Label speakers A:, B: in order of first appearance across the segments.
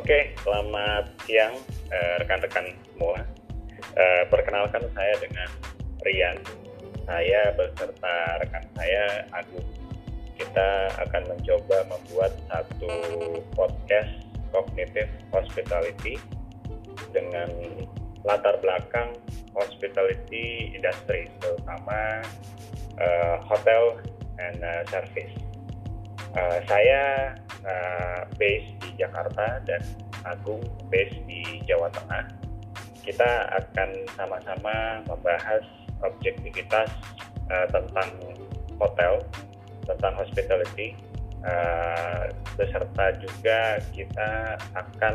A: Oke, selamat siang rekan-rekan semua. Perkenalkan saya dengan Rian. Saya beserta rekan saya Agung. Kita akan mencoba membuat satu podcast Cognitive Hospitality dengan latar belakang hospitality industry, terutama hotel and service. Saya base di Jakarta dan Agung base di Jawa Tengah. Kita akan sama-sama membahas objektivitas tentang hotel, tentang hospitality, beserta juga kita akan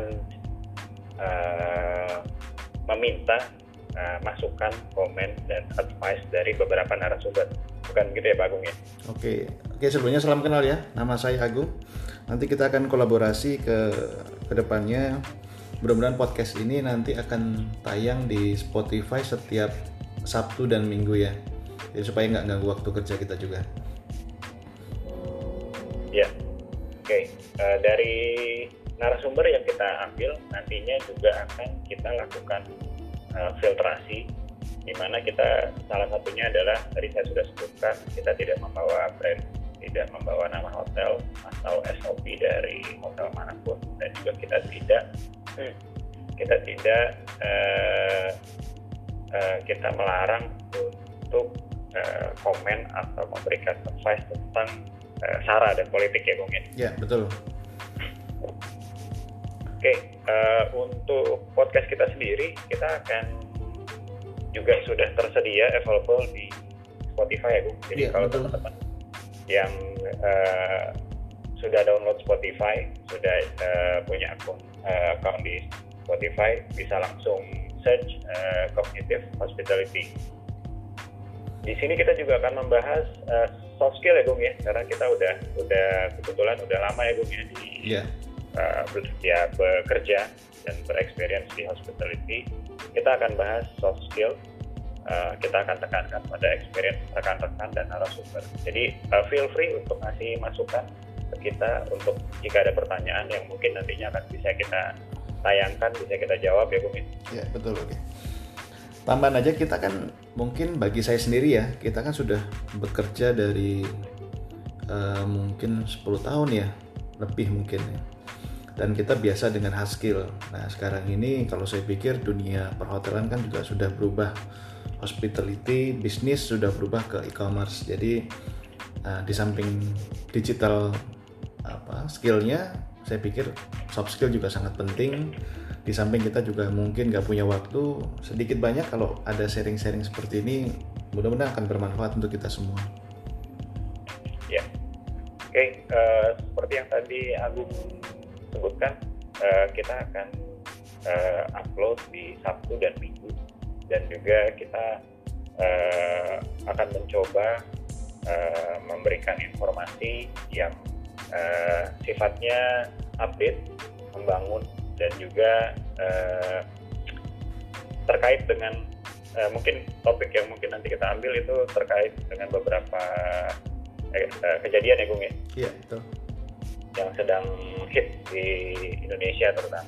A: meminta masukan, komen, dan advice dari beberapa narasumber. Bukan gitu ya Pak Agung ya?
B: Oke, sebelumnya salam kenal ya. Nama saya Agung. Nanti kita akan kolaborasi ke depannya. Mudah-mudahan podcast ini nanti akan tayang di Spotify setiap Sabtu dan Minggu ya. Jadi supaya nggak ganggu waktu kerja kita juga.
A: Ya, oke. Dari narasumber yang kita ambil nantinya juga akan kita lakukan filtrasi, di mana kita salah satunya adalah tadi saya sudah sebutkan, kita tidak membawa brand, tidak membawa nama hotel atau SOP dari hotel manapun, dan juga kita tidak melarang untuk komen atau memberikan advice tentang sara dan politik ya Bung ya.
B: Ya, betul.
A: Oke, untuk podcast kita sendiri, kita akan juga sudah tersedia available di Spotify ya Bung. Jadi kalau teman-teman yang sudah download Spotify, sudah punya akun di Spotify, bisa langsung search Cognitive Hospitality. Di sini kita juga akan membahas soft skill ya Bung ya, karena kita udah kebetulan udah lama ya Bung ya bekerja dan berexperience di hospitality. Kita akan bahas soft skill. Kita akan tekankan pada experience rekan-rekan dan narasumber. Jadi feel free untuk ngasih masukan ke kita untuk jika ada pertanyaan yang mungkin nantinya akan bisa kita tayangkan, bisa kita jawab ya Bung.
B: Ya betul, oke. Tambahan aja, kita kan mungkin bagi saya sendiri ya, kita kan sudah bekerja dari mungkin 10 tahun ya, lebih mungkin ya. Dan kita biasa dengan hard skill. Nah sekarang ini kalau saya pikir dunia perhotelan kan juga sudah berubah. Hospitality bisnis sudah berubah ke e-commerce. Jadi di samping digital skillnya, saya pikir soft skill juga sangat penting. Di samping kita juga mungkin nggak punya waktu, sedikit banyak kalau ada sharing-sharing seperti ini, mudah-mudahan akan bermanfaat untuk kita semua.
A: Ya, oke. Seperti yang tadi Agung sebutkan, kita akan upload di Sabtu dan Minggu, dan juga kita akan mencoba memberikan informasi yang sifatnya update, membangun, dan juga terkait dengan mungkin topik yang mungkin nanti kita ambil itu terkait dengan beberapa kejadian ya Gung ya?
B: Iya, betul.
A: Yang sedang hit di Indonesia terutama.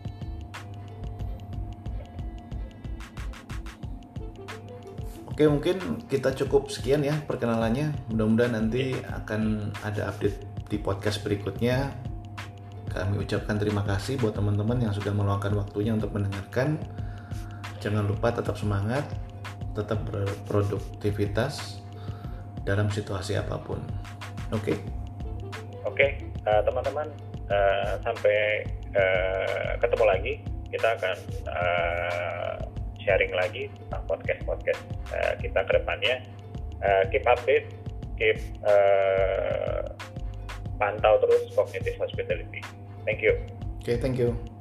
B: Oke, mungkin kita cukup sekian ya perkenalannya. Mudah-mudahan nanti akan ada update di podcast berikutnya. Kami ucapkan terima kasih buat teman-teman yang sudah meluangkan waktunya untuk mendengarkan. Jangan lupa tetap semangat, tetap berproduktivitas dalam situasi apapun. Oke,
A: teman-teman, sampai ketemu lagi. Kita akan sharing lagi tentang podcast kita ke depannya. Keep update, keep pantau terus Cognitive Hospitality. Thank you.
B: Thank you.